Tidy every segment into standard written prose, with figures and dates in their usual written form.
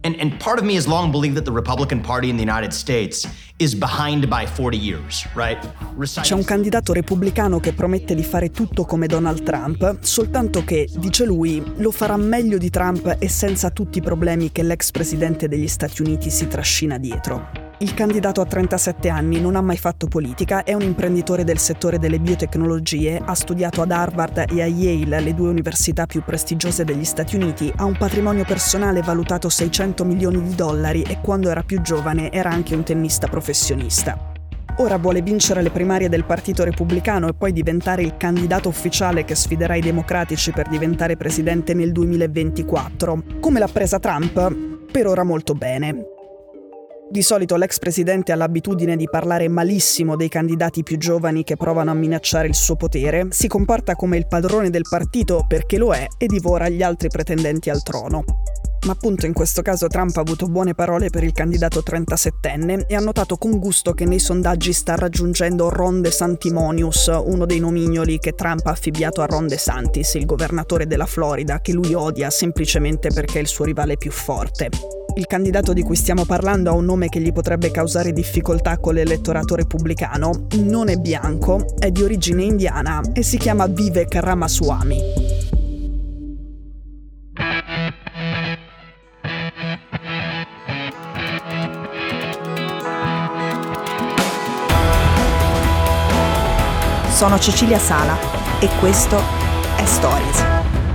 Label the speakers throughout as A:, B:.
A: And part of me has long believed that the Republican Party in the United States is behind by 40 years, right?
B: C'è un candidato repubblicano che promette di fare tutto come Donald Trump, soltanto che, dice lui, lo farà meglio di Trump e senza tutti i problemi che l'ex presidente degli Stati Uniti si trascina dietro. Il candidato ha 37 anni, non ha mai fatto politica, è un imprenditore del settore delle biotecnologie, ha studiato ad Harvard e a Yale, le due università più prestigiose degli Stati Uniti, ha un patrimonio personale valutato $600 milioni e quando era più giovane era anche un tennista professionista. Ora vuole vincere le primarie del Partito Repubblicano e poi diventare il candidato ufficiale che sfiderà i democratici per diventare presidente nel 2024. Come l'ha presa Trump? Per ora molto bene. Di solito l'ex presidente ha l'abitudine di parlare malissimo dei candidati più giovani che provano a minacciare il suo potere, si comporta come il padrone del partito perché lo è e divora gli altri pretendenti al trono. Ma appunto in questo caso Trump ha avuto buone parole per il candidato 37enne e ha notato con gusto che nei sondaggi sta raggiungendo Ron DeSantimonious, uno dei nomignoli che Trump ha affibbiato a Ron DeSantis, il governatore della Florida, che lui odia semplicemente perché è il suo rivale più forte. Il candidato di cui stiamo parlando ha un nome che gli potrebbe causare difficoltà con l'elettorato repubblicano, non è bianco, è di origine indiana e si chiama Vivek Ramaswamy.
C: Sono Cecilia Sala e questo è Stories.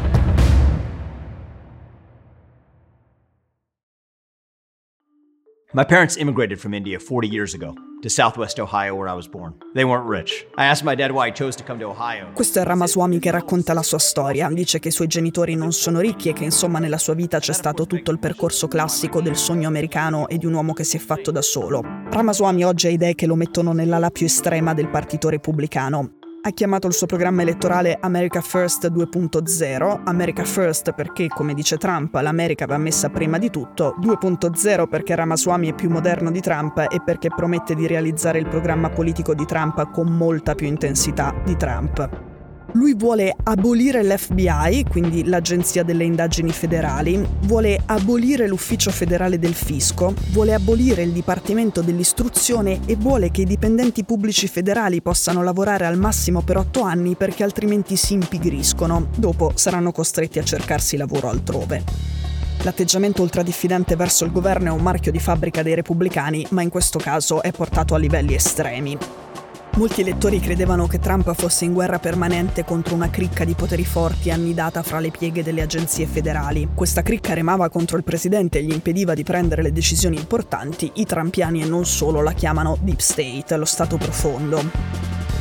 A: My parents immigrated from India 40 years ago to Southwest Ohio where I was born. They weren't rich. I asked my dad why he chose to come to Ohio.
B: Questo è Ramaswamy che racconta la sua storia. Dice che i suoi genitori non sono ricchi e che insomma nella sua vita c'è stato tutto il percorso classico del sogno americano e di un uomo che si è fatto da solo. Ramaswamy oggi ha idee che lo mettono nell'ala più estrema del Partito Repubblicano. Ha chiamato il suo programma elettorale America First 2.0, America First perché, come dice Trump, l'America va messa prima di tutto, 2.0 perché Ramaswamy è più moderno di Trump e perché promette di realizzare il programma politico di Trump con molta più intensità di Trump. Lui vuole abolire l'FBI, quindi l'Agenzia delle Indagini Federali, vuole abolire l'Ufficio Federale del Fisco, vuole abolire il Dipartimento dell'Istruzione e vuole che i dipendenti pubblici federali possano lavorare al massimo per 8 anni perché altrimenti si impigriscono. Dopo saranno costretti a cercarsi lavoro altrove. L'atteggiamento ultradiffidente verso il governo è un marchio di fabbrica dei repubblicani, ma in questo caso è portato a livelli estremi. Molti elettori credevano che Trump fosse in guerra permanente contro una cricca di poteri forti annidata fra le pieghe delle agenzie federali. Questa cricca remava contro il presidente e gli impediva di prendere le decisioni importanti. I trumpiani e non solo la chiamano Deep State, lo Stato profondo.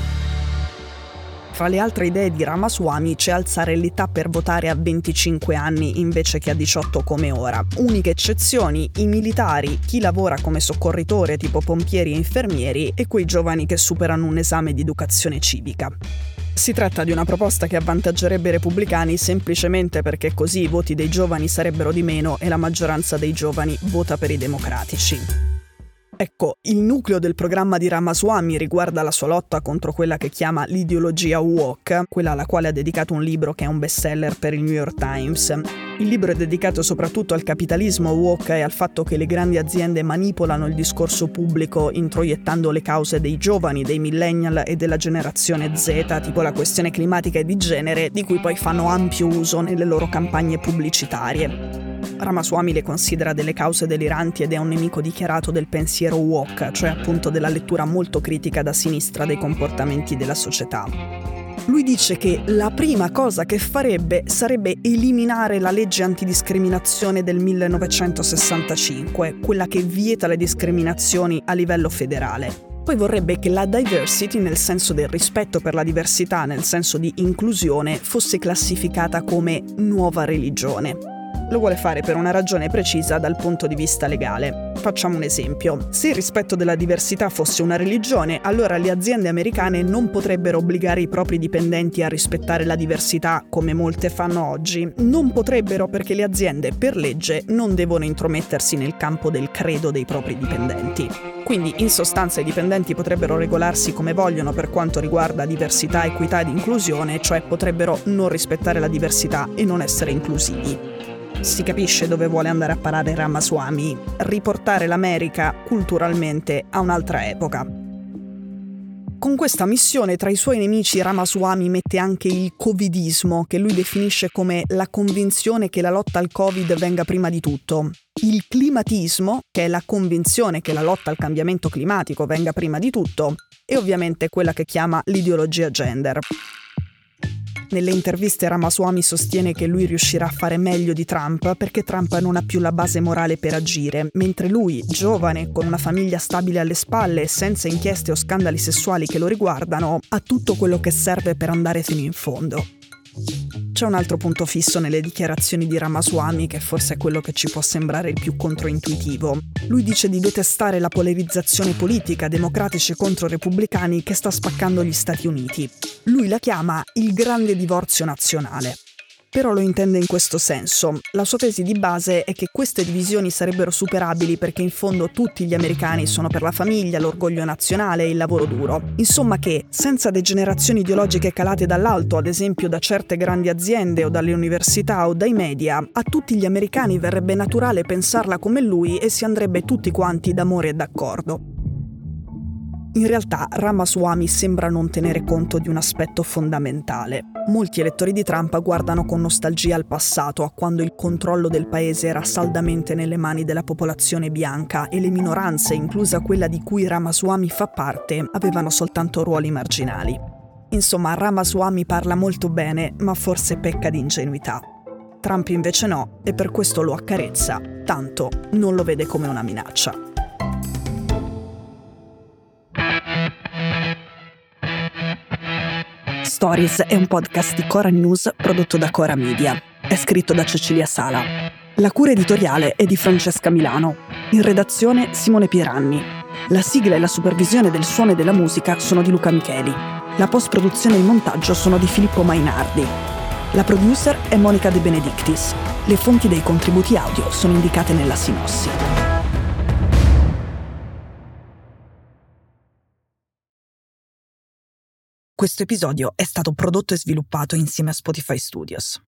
B: Fra le altre idee di Ramaswamy c'è alzare l'età per votare a 25 anni invece che a 18 come ora. Uniche eccezioni, i militari, chi lavora come soccorritore tipo pompieri e infermieri e quei giovani che superano un esame di educazione civica. Si tratta di una proposta che avvantaggerebbe i repubblicani semplicemente perché così i voti dei giovani sarebbero di meno e la maggioranza dei giovani vota per i democratici. Ecco, il nucleo del programma di Ramaswamy riguarda la sua lotta contro quella che chiama l'ideologia woke, quella alla quale ha dedicato un libro che è un bestseller per il New York Times. Il libro è dedicato soprattutto al capitalismo woke e al fatto che le grandi aziende manipolano il discorso pubblico introiettando le cause dei giovani, dei millennial e della generazione Z, tipo la questione climatica e di genere, di cui poi fanno ampio uso nelle loro campagne pubblicitarie. Ramaswamy le considera delle cause deliranti ed è un nemico dichiarato del pensiero woke, cioè appunto della lettura molto critica da sinistra dei comportamenti della società. Lui dice che la prima cosa che farebbe sarebbe eliminare la legge antidiscriminazione del 1965, quella che vieta le discriminazioni a livello federale. Poi vorrebbe che la diversity, nel senso del rispetto per la diversità, nel senso di inclusione, fosse classificata come nuova religione. Lo vuole fare per una ragione precisa dal punto di vista legale. Facciamo un esempio. Se il rispetto della diversità fosse una religione, allora le aziende americane non potrebbero obbligare i propri dipendenti a rispettare la diversità come molte fanno oggi. Non potrebbero perché le aziende, per legge, non devono intromettersi nel campo del credo dei propri dipendenti. Quindi, in sostanza, i dipendenti potrebbero regolarsi come vogliono per quanto riguarda diversità, equità ed inclusione, cioè potrebbero non rispettare la diversità e non essere inclusivi. Si capisce dove vuole andare a parare Ramaswamy: riportare l'America culturalmente a un'altra epoca. Con questa missione tra i suoi nemici Ramaswamy mette anche il covidismo, che lui definisce come la convinzione che la lotta al Covid venga prima di tutto, il climatismo, che è la convinzione che la lotta al cambiamento climatico venga prima di tutto, e ovviamente quella che chiama l'ideologia gender. Nelle interviste Ramaswamy sostiene che lui riuscirà a fare meglio di Trump perché Trump non ha più la base morale per agire, mentre lui, giovane, con una famiglia stabile alle spalle e senza inchieste o scandali sessuali che lo riguardano, ha tutto quello che serve per andare fino in fondo. C'è un altro punto fisso nelle dichiarazioni di Ramaswamy che forse è quello che ci può sembrare il più controintuitivo. Lui dice di detestare la polarizzazione politica, democratici contro repubblicani, che sta spaccando gli Stati Uniti. Lui la chiama il grande divorzio nazionale. Però lo intende in questo senso. La sua tesi di base è che queste divisioni sarebbero superabili perché in fondo tutti gli americani sono per la famiglia, l'orgoglio nazionale e il lavoro duro. Insomma che, senza degenerazioni ideologiche calate dall'alto, ad esempio da certe grandi aziende o dalle università o dai media, a tutti gli americani verrebbe naturale pensarla come lui e si andrebbe tutti quanti d'amore e d'accordo. In realtà Ramaswamy sembra non tenere conto di un aspetto fondamentale. Molti elettori di Trump guardano con nostalgia al passato, a quando il controllo del paese era saldamente nelle mani della popolazione bianca e le minoranze, inclusa quella di cui Ramaswamy fa parte, avevano soltanto ruoli marginali. Insomma, Ramaswamy parla molto bene, ma forse pecca di ingenuità. Trump invece no, e per questo lo accarezza, tanto non lo vede come una minaccia. Stories è un podcast di Cora News prodotto da Cora Media. È scritto da Cecilia Sala. La cura editoriale è di Francesca Milano. In redazione Simone Pieranni. La sigla e la supervisione del suono e della musica sono di Luca Micheli. La post-produzione e il montaggio sono di Filippo Mainardi. La producer è Monica De Benedictis. Le fonti dei contributi audio sono indicate nella sinossi. Questo episodio è stato prodotto e sviluppato insieme a Spotify Studios.